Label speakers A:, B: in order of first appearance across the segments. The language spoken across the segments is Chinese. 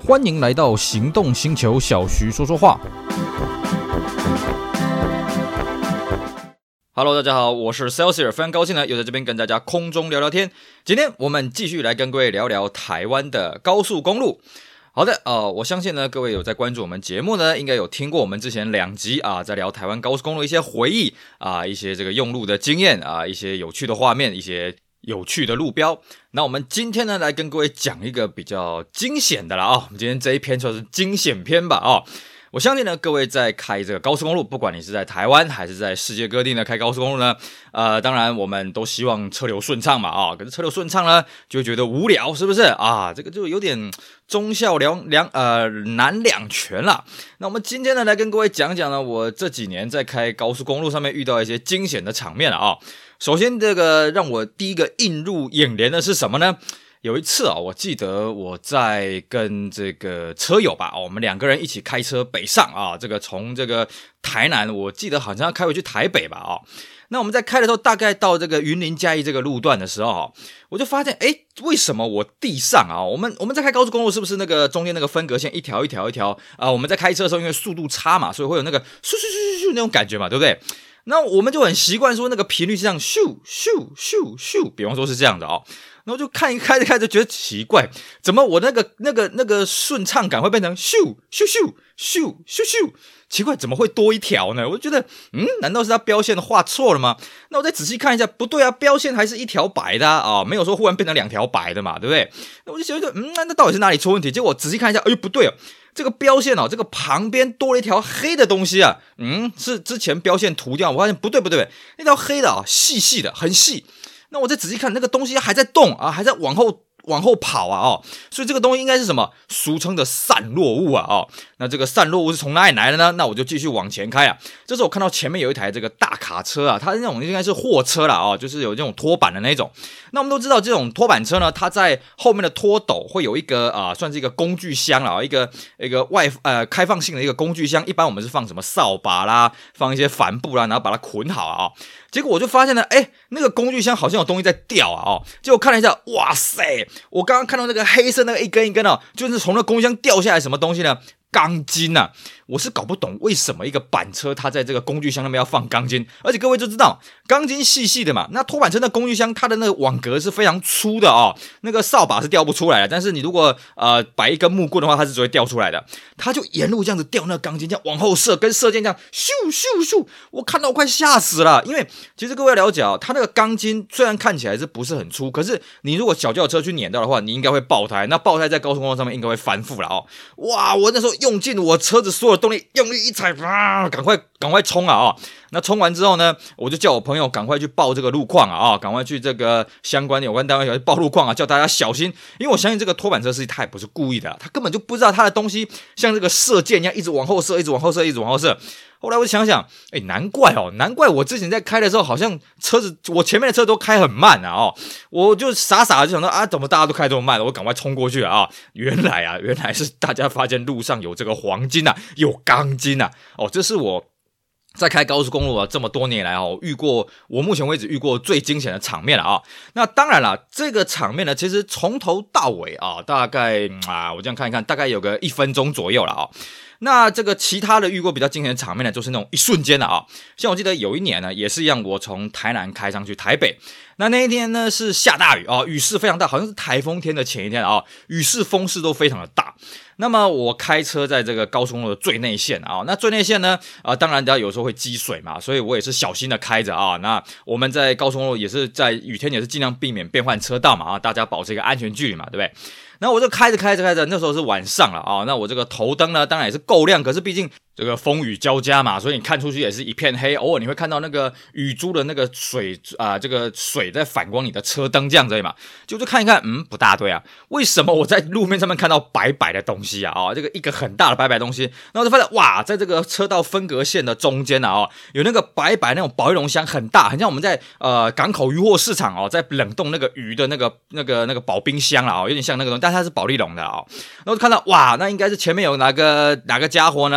A: 欢迎来到行动星球，小徐说说话。Hello， 大家好，我是 Celsius， 非常高兴呢，又在这边跟大家空中聊聊天。今天我们继续来跟各位聊聊台湾的高速公路。好的，我相信呢，各位有在关注我们节目呢，应该有听过我们之前2集在聊台湾高速公路一些回忆一些这个用路的经验一些有趣的画面，一些有趣的路标。那我们今天呢，来跟各位讲一个比较惊险的啦我们今天这一篇就是惊险篇吧我相信呢，各位在开这个高速公路，不管你是在台湾还是在世界各地呢开高速公路呢，当然我们都希望车流顺畅嘛可是车流顺畅呢，就会觉得无聊，是不是这个就有点忠孝难两全啦。那我们今天呢，来跟各位讲讲呢，我这几年在开高速公路上面遇到一些惊险的场面了首先，这个让我第一个映入眼帘的是什么呢？有一次我记得我在跟这个车友吧我们2个人一起开车北上这个从这个台南，我记得好像要开回去台北吧那我们在开的时候，大概到这个云林嘉义这个路段的时候我就发现为什么我地上我们在开高速公路，是不是那个中间那个分隔线一条一条我们在开车的时候，因为速度差嘛，所以会有那个咻咻咻咻那种感觉嘛，对不对？那我们就很习惯说那个频率是这样咻咻咻咻，比方说是这样的然后就开着觉得奇怪，怎么我那个顺畅感会变成咻咻咻咻咻咻，奇怪，怎么会多一条呢？我就觉得难道是他标线画错了吗？那我再仔细看一下，不对标线还是一条白的没有说忽然变成2条白的嘛，对不对？那我就觉得那到底是哪里出问题？结果我仔细看一下，不对这个标线这个旁边多了一条黑的东西是之前标线涂掉，我发现不对，那条黑的细细的，很细。那我再仔细看，那个东西还在动还在往后跑所以这个东西应该是什么？俗称的散落物那这个散落物是从哪里来的呢？那我就继续往前开这时候我看到前面有一台这个大卡车它那种应该是货车啦就是有这种拖板的那种。那我们都知道这种拖板车呢，它在后面的拖斗会有一个算是一个工具箱啦一个开放性的一个工具箱，一般我们是放什么扫把啦，放一些帆布啦，然后把它捆好结果我就发现呢那个工具箱好像有东西在掉结果看了一下，哇塞，我刚刚看到那个黑色那个一根一根就是从那工具箱掉下来什么东西呢？钢筋我是搞不懂为什么一个板车它在这个工具箱那边要放钢筋，而且各位就知道钢筋细细的嘛，那拖板车的工具箱它的那个网格是非常粗的那个扫把是掉不出来的，但是你如果摆一根木棍的话，它是只会掉出来的。它就沿路这样子掉那个钢筋，这样往后射，跟射箭这样咻咻咻，我看到我快吓死了。因为其实各位要了解它那个钢筋虽然看起来是不是很粗，可是你如果小轿车去碾到的话，你应该会爆胎，那爆胎在高速公路上面应该会翻覆了哇，我那时候用尽我车子所有动力，用力一踩赶快冲那冲完之后呢，我就叫我朋友赶快去报这个路况赶快去这个相关有关单位报路况叫大家小心。因为我相信这个拖板车司机他也不是故意的他根本就不知道他的东西像这个射箭一样一直往后射。后来我就想想难怪我之前在开的时候，好像车子我前面的车都开很慢我就傻傻的就想到怎么大家都开这么慢了，我赶快冲过去了原来是大家发现路上有这个黄金有钢筋这是我在开高速公路这么多年来我目前为止遇过最惊险的场面了那当然了，这个场面呢，其实从头到尾大概我这样看一看，大概有个1分钟左右了那这个其他的遇过比较惊险的场面呢，就是那种一瞬间的像我记得有一年呢，也是一样，我从台南开上去台北，那一天呢是下大雨雨势非常大，好像是台风天的前一天雨势风势都非常的大。那么我开车在这个高速公路的最内线那最内线呢当然有时候会积水嘛，所以我也是小心的开着那我们在高速公路也是在雨天也是尽量避免变换车道嘛大家保持一个安全距离嘛，对不对？然后我就开着，那时候是晚上了那我这个头灯呢当然也是够亮，可是毕竟这个风雨交加嘛，所以你看出去也是一片黑，偶尔你会看到那个雨珠的那个水这个水在反光你的车灯这样子嘛，就看一看不大对为什么我在路面上面看到白白的东西这个一个很大的白白东西，然后就发现哇，在这个车道分隔线的中间有那个白白那种保丽龙箱，很大，很像我们在港口渔货市场在冷冻那个鱼的那个保冰箱有点像那个东西，但是它是保丽龙的然后就看到哇，那应该是前面有哪个家伙呢，他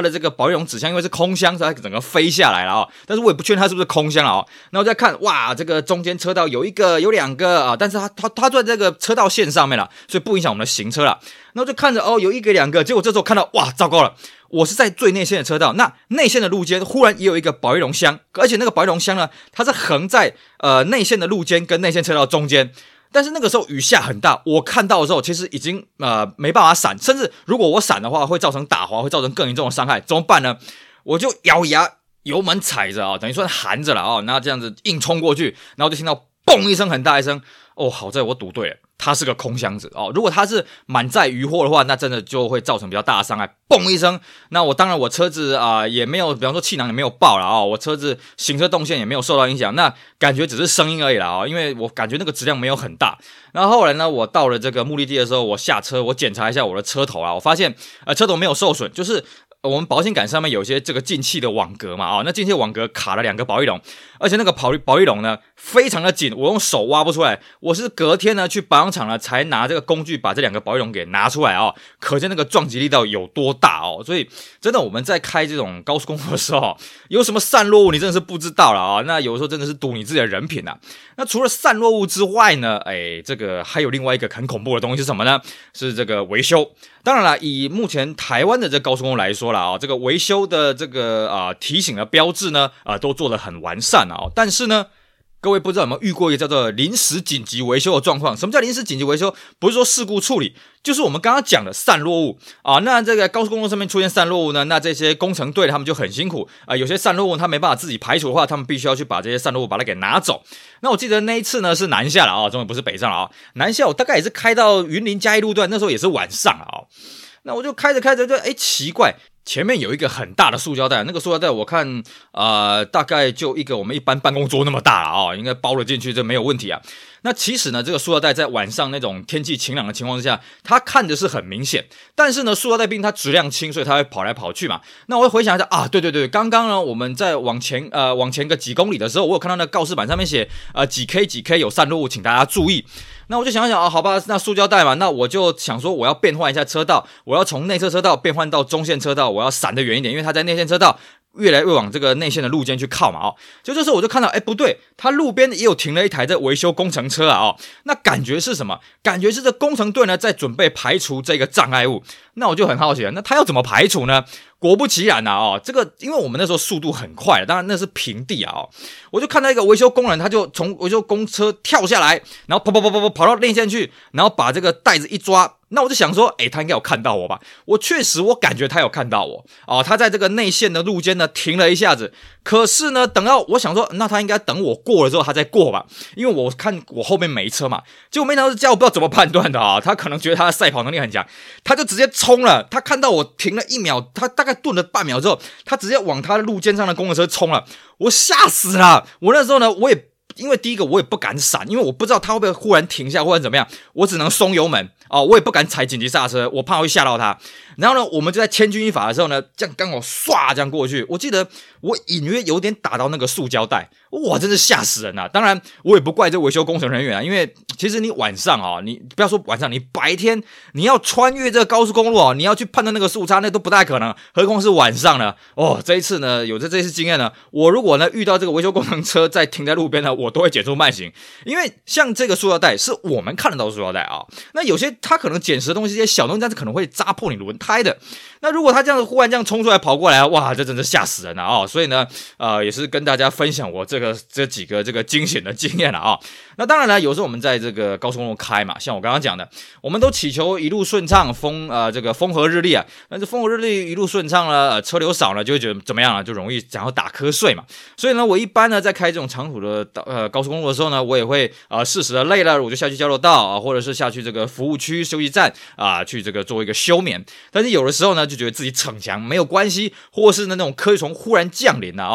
A: 的这个保丽龙纸箱因为是空箱，所以它整个飞下来了哦。但是我也不确定它是不是空箱了哦。然后再看，哇，这个中间车道有两个啊，但是它在这个车道线上面了，所以不影响我们的行车了。然后就看着有一个两个，结果这时候看到，哇，糟糕了！我是在最内线的车道，那内线的路肩忽然也有一个保丽龙箱，而且那个保丽龙箱呢，它是横在内线的路肩跟内线车道中间。但是那个时候雨下很大，我看到的时候其实已经没办法闪，甚至如果我闪的话会造成打滑，会造成更严重的伤害，怎么办呢？我就咬牙油门踩着等于说含着了然后这样子硬冲过去，然后就听到嘣一声很大一声，好在我赌对了，它是个空箱子如果它是满载渔获的话，那真的就会造成比较大的伤害，嘣一声。那我当然我车子也没有，比方说气囊也没有爆了我车子行车动线也没有受到影响，那感觉只是声音而已啦因为我感觉那个质量没有很大。然后后来呢，我到了这个目的地的时候，我下车，我检查一下我的车头我发现车头没有受损，就是我们保险杆上面有些这个进气的网格嘛那进气网格卡了2个保丽龙，而且那个保丽龙呢非常的紧，我用手挖不出来，我是隔天呢去保养厂呢才拿这个工具把这2个保丽龙给拿出来可见那个撞击力道有多大所以真的我们在开这种高速公路的时候，有什么散落物你真的是不知道了那有时候真的是赌你自己的人品那除了散落物之外呢，这个还有另外一个很恐怖的东西是什么呢？是这个维修。当然啦，以目前台湾的这高速公路来说啦这个维修的这个提醒的标志呢都做得很完善但是呢，各位不知道有没有遇过一个叫做临时紧急维修的状况？什么叫临时紧急维修？不是说事故处理，就是我们刚刚讲的散落物那这个高速公路上面出现散落物呢，那这些工程队他们就很辛苦有些散落物他没办法自己排除的话，他们必须要去把这些散落物把它给拿走。那我记得那一次呢是南下了终于不是北上了南下我大概也是开到云林嘉义路段，那时候也是晚上了那我就开着就奇怪，前面有一个很大的塑胶袋，那个塑胶袋我看大概就一个我们一般办公桌那么大了应该包了进去，这没有问题那其实呢，这个塑料袋在晚上那种天气晴朗的情况之下，它看的是很明显，但是呢，塑料袋毕竟它质量轻，所以它会跑来跑去嘛。那我会回想一下对，刚刚呢我们在往前个几公里的时候，我有看到那告示板上面写几 K 有散落物，请大家注意。那我就想好吧，那塑胶袋嘛，那我就想说我要变换一下车道，我要从内侧车道变换到中线车道，我要闪得远一点，因为它在内线车道越来越往这个内线的路肩去靠嘛就这时候我就看到不对，它路边也有停了一台这维修工程车那感觉是什么？感觉是这工程队呢在准备排除这个障碍物。那我就很好奇了，那他要怎么排除呢？果不其然这个因为我们那时候速度很快，当然那是平地我就看到一个维修工人，他就从维修公车跳下来，然后跑到内线去，然后把这个袋子一抓。那我就想说他应该有看到我吧，我确实我感觉他有看到我他在这个内线的路肩呢停了一下子，可是呢等到我想说那他应该等我过了之后他再过吧，因为我看我后面没车嘛，结果没想到这家伙不知道怎么判断的他可能觉得他的赛跑能力很强，他就直接冲了，他看到我停了1秒，他大概顿了半秒之后，他直接往他的路肩上的公交车冲了，我吓死了。我那时候呢因为第一个我也不敢闪，因为我不知道他会不会忽然停下或者怎么样，我只能松油门我也不敢踩紧急刹车，我怕会吓到他。然后呢，我们就在千钧一发的时候呢，这样刚好唰这样过去。我记得我隐约有点打到那个塑胶袋，哇，真是吓死人当然，我也不怪这维修工程人员因为其实你晚上你不要说晚上，你白天你要穿越这个高速公路你要去判断那个速差，那都不太可能，何况是晚上呢？这一次呢，有这一次经验呢，我如果呢遇到这个维修工程车在停在路边呢，我都会减速慢行，因为像这个塑料袋是我们看得到的塑料袋那有些它可能捡拾的东西，这些小东西，但是可能会扎破你轮胎的。那如果他这样子忽然这样冲出来跑过来，哇，这真是吓死人了所以呢，也是跟大家分享我这几个这个惊险的经验了那当然了，有时候我们在这个高速公路开嘛，像我刚刚讲的，我们都祈求一路顺畅，这个风和日丽但是风和日丽一路顺畅了，车流少了，就会觉得怎么样就容易想要打瞌睡嘛。所以呢，我一般呢在开这种长途的高速公路的时候呢，我也会适时的累了，我就下去交流道或者是下去这个服务区休息站去这个做一个休眠。但是有的时候呢，就觉得自己逞强没有关系，或是那种瞌睡虫忽然降临了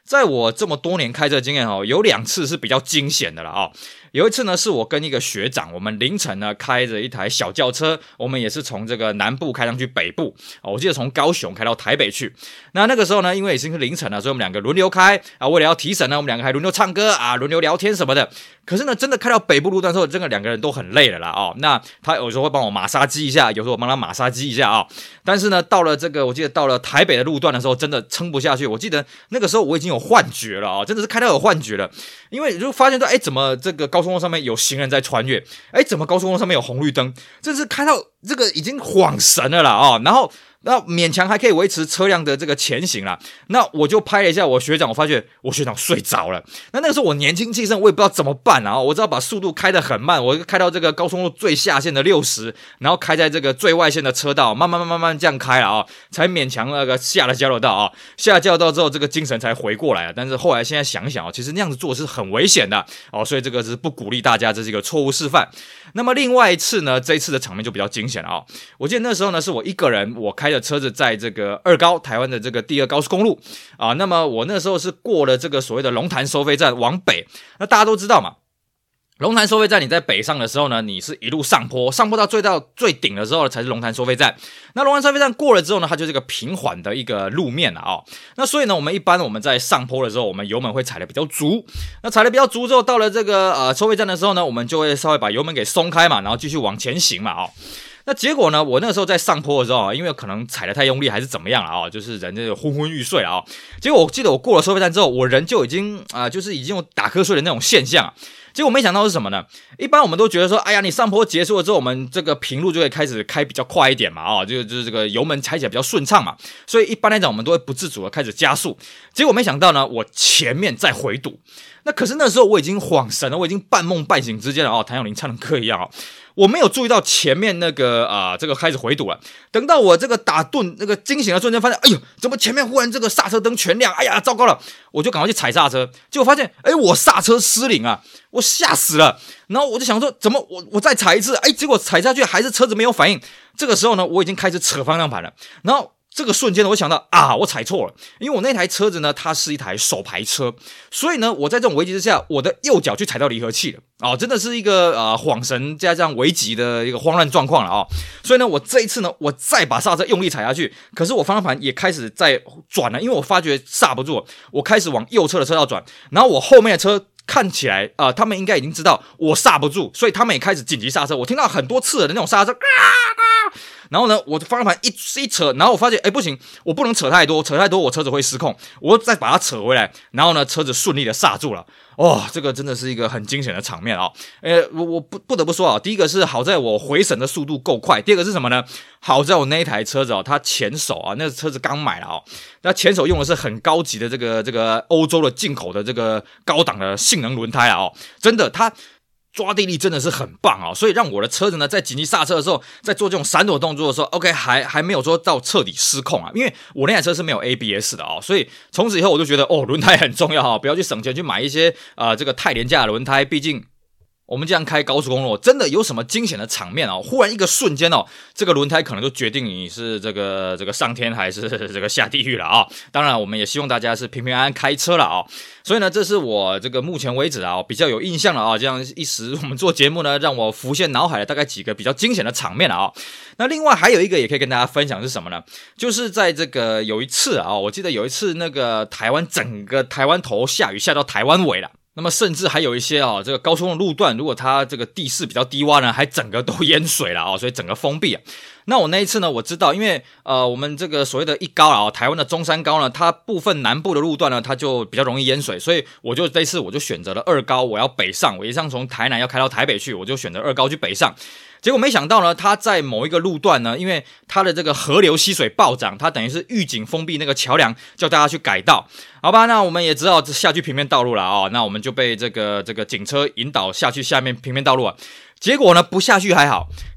A: 在我这么多年开车经验有2次是比较惊险的了有一次呢，是我跟一个学长，我们凌晨呢开着一台小轿车，我们也是从这个南部开上去北部我记得从高雄开到台北去。那个时候呢，因为已经是凌晨了，所以我们2个轮流开为了要提神呢，我们2个还轮流唱歌轮流聊天什么的。可是呢，真的开到北部路段的时候，这个2个人都很累了啦那他有时候会帮我马杀鸡一下，有时候我帮他马杀鸡一下但是呢，到了我记得到了台北的路段的时候，真的撑不下去。我记得那个时候我已经有幻觉了真的是开到有幻觉了，因为就发现到怎么这个高速公路上面有行人在穿越，怎么高速公路上面有红绿灯，真是开到这个已经恍神了啦然后那勉强还可以维持车辆的这个前行啦。那我就拍了一下我学长，我发现我学长睡着了。那个时候我年轻气盛，我也不知道怎么办我只好把速度开得很慢，我开到这个高速公路最下线的60，然后开在这个最外线的车道，慢慢这样开了才勉强下了交流道下了交流道之后，这个精神才回过来了。但是后来现在想想其实那样子做是很危险的所以这个是不鼓励大家，这是一个错误示范。那么另外一次呢，这一次的场面就比较惊险了我记得那时候呢，是我一个人，我开着车子在这个二高，台湾的这个第2高速公路那么我那时候是过了这个所谓的龙潭收费站往北。那大家都知道嘛，龙潭收费站你在北上的时候呢，你是一路上坡到最顶的时候才是龙潭收费站。那龙潭收费站过了之后呢，它就是一个平缓的一个路面那所以呢，一般我们在上坡的时候，我们油门会踩得比较足。那踩得比较足之后，到了这个收费站的时候呢，我们就会稍微把油门给松开嘛，然后继续往前行嘛那结果呢，我那个时候在上坡的时候因为可能踩得太用力还是怎么样了就是人就昏昏欲睡了结果我记得我过了收费站之后，我人就已经就是已经有打瞌睡的那种现象结果没想到是什么呢？一般我们都觉得说，你上坡结束了之后，我们这个平路就会开始开比较快一点嘛就是这个油门踩起来比较顺畅嘛，所以一般来讲我们都会不自主的开始加速。结果没想到呢，我前面在回堵。那可是那时候我已经恍神了，我已经半梦半醒之间了谭咏麟唱的歌一样我没有注意到前面那个这个开始回堵了。等到我这个打盹那个惊醒的瞬间，发现哎呦，怎么前面忽然这个刹车灯全亮？哎呀，糟糕了！我就赶快去踩刹车，结果发现我刹车失灵我吓死了。然后我就想说，怎么我再踩一次？结果踩下去还是车子没有反应。这个时候呢，我已经开始扯方向盘了。然后这个瞬间呢，我想到我踩错了，因为我那台车子呢，它是一台手排车，所以呢，我在这种危机之下，我的右脚去踩到离合器了真的是一个恍神加上危急的一个慌乱状况了所以呢，我这一次呢，我再把刹车用力踩下去，可是我方向盘也开始在转了，因为我发觉刹不住，我开始往右侧的车道转，然后我后面的车看起来他们应该已经知道我刹不住，所以他们也开始紧急刹车。我听到很多次的那种刹车，然后呢，我的方向盘一扯，然后我发现不行，我不能扯太多我车子会失控，我再把它扯回来，然后呢，车子顺利的刹住了。这个真的是一个很惊险的场面我不得不说第一个是好在我回神的速度够快，第二个是什么呢？好在我那一台车子它前手那个车子刚买了那前手用的是很高级的这个欧洲的进口的这个高档的性能轮胎真的它抓地力真的是很棒所以让我的车子呢在紧急刹车的时候，在做这种闪躲动作的时候 OK 还没有说到彻底失控因为我那台车是没有 ABS 的所以从此以后我就觉得轮胎很重要不要去省钱去买一些这个太廉价的轮胎，毕竟我们这样开高速公路，真的有什么惊险的场面忽然一个瞬间这个轮胎可能就决定你是这个上天还是这个下地狱了当然我们也希望大家是平平安安开车了所以呢，这是我这个目前为止比较有印象了这样一时我们做节目呢，让我浮现脑海的大概几个比较惊险的场面了那另外还有一个也可以跟大家分享是什么呢？就是在这个有一次我记得有一次那个台湾整个台湾头下雨下到台湾尾了。那么甚至还有一些这个高速的路段，如果它这个地势比较低洼呢，还整个都淹水了所以整个封闭那我那一次呢，我知道，因为我们这个所谓的一高台湾的中山高呢，它部分南部的路段呢，它就比较容易淹水，所以这一次我就选择了二高，我要北上，我一上从台南要开到台北去，我就选择二高去北上。结果没想到呢，它在某一个路段呢，因为它的这个河流溪水暴涨，它等于是预警封闭那个桥梁，叫大家去改道。好吧，那我们也知道下去平面道路了那我们就被这个警车引导下去下面平面道路结果呢，不下去还好，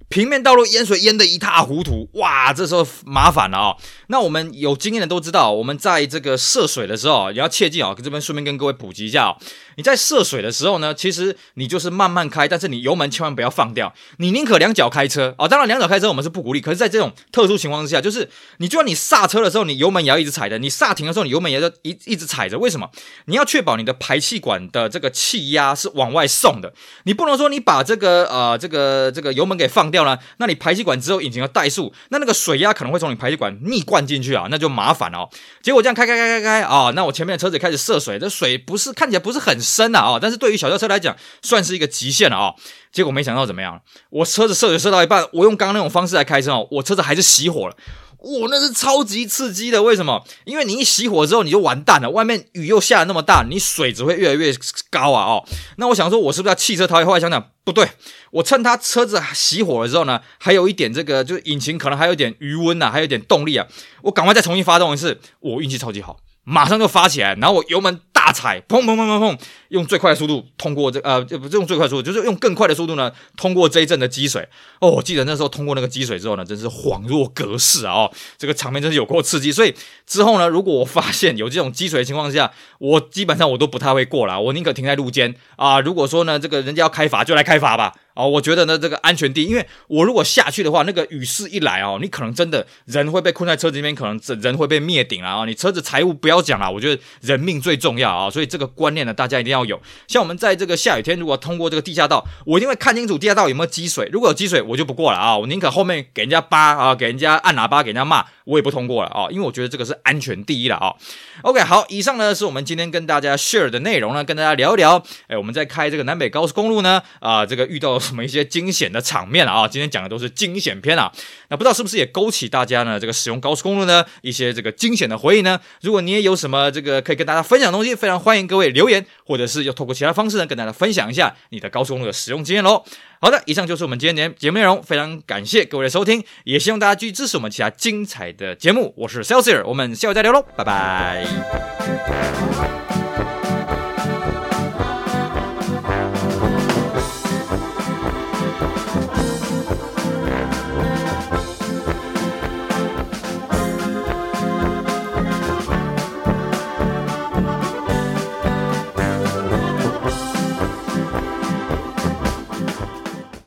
A: 平面道路淹水淹得一塌糊涂，哇，这时候麻烦了那我们有经验的都知道，我们在这个涉水的时候也要切记这边顺便跟各位普及一下你在涉水的时候呢，其实你就是慢慢开，但是你油门千万不要放掉，你宁可两脚开车当然两脚开车我们是不鼓励，可是在这种特殊情况之下，就是你就算你刹车的时候，你油门也要一直踩的，你刹停的时候，你油门也要一直踩着。为什么？你要确保你的排气管的这个气压是往外送的，你不能说你把这个油门给放掉了，那你排气管之后引擎要怠速，那个水压可能会从你排气管逆灌进去那就麻烦结果这样开那我前面的车子开始涉水，这水看起来不是很深但是对于小轿车来讲算是一个极限了结果没想到怎么样？我车子涉水涉到一半，我用刚刚那种方式来开车我车子还是熄火了。那是超级刺激的，为什么？因为你一熄火之后你就完蛋了，外面雨又下得那么大，你水只会越来越高那我想说我是不是要弃车逃逸？后来想想不对，我趁他车子熄火了之后呢，还有一点就是引擎可能还有一点余温还有一点动力我赶快再重新发动一次，我运气超级好，马上就发起来，然后我油门大踩，砰砰砰砰砰，用最快的速度通过不是用最快的速度，就是用更快的速度呢通过这一阵的积水我记得那时候通过那个积水之后呢，真是恍若隔世这个场面真是有够刺激。所以之后呢，如果我发现有这种积水的情况下，我基本上我都不太会过啦，我宁可停在路肩如果说呢这个人家要开罚就来开罚吧我觉得呢这个安全第一，因为我如果下去的话，那个雨势一来你可能真的人会被困在车子里面，可能人会被灭顶你车子财物不要讲啦，我觉得人命最重要所以这个观念呢大家一定要有。像我们在这个下雨天如果通过这个地下道，我一定会看清楚地下道有没有积水，如果有积水我就不过了我宁可后面给人家扒给人家按喇叭给人家骂，我也不通过了因为我觉得这个是安全第一了OK， 好，以上呢是我们今天跟大家 share 的内容呢，跟大家聊一聊我们在开这个南北高速公路呢这个遇到什么一些惊险的场面今天讲的都是惊险篇那不知道是不是也勾起大家呢这个使用高速公路呢一些这个惊险的回忆呢？如果你也有什么这个可以跟大家分享的东西，非常欢迎各位留言，或者是要透过其他方式呢跟大家分享一下你的高速公路的使用经验咯。好的，以上就是我们今天的节目内容，非常感谢各位的收听，也希望大家继续支持我们其他精彩的节目。我是 Celsius， 我们下回再聊咯，拜拜。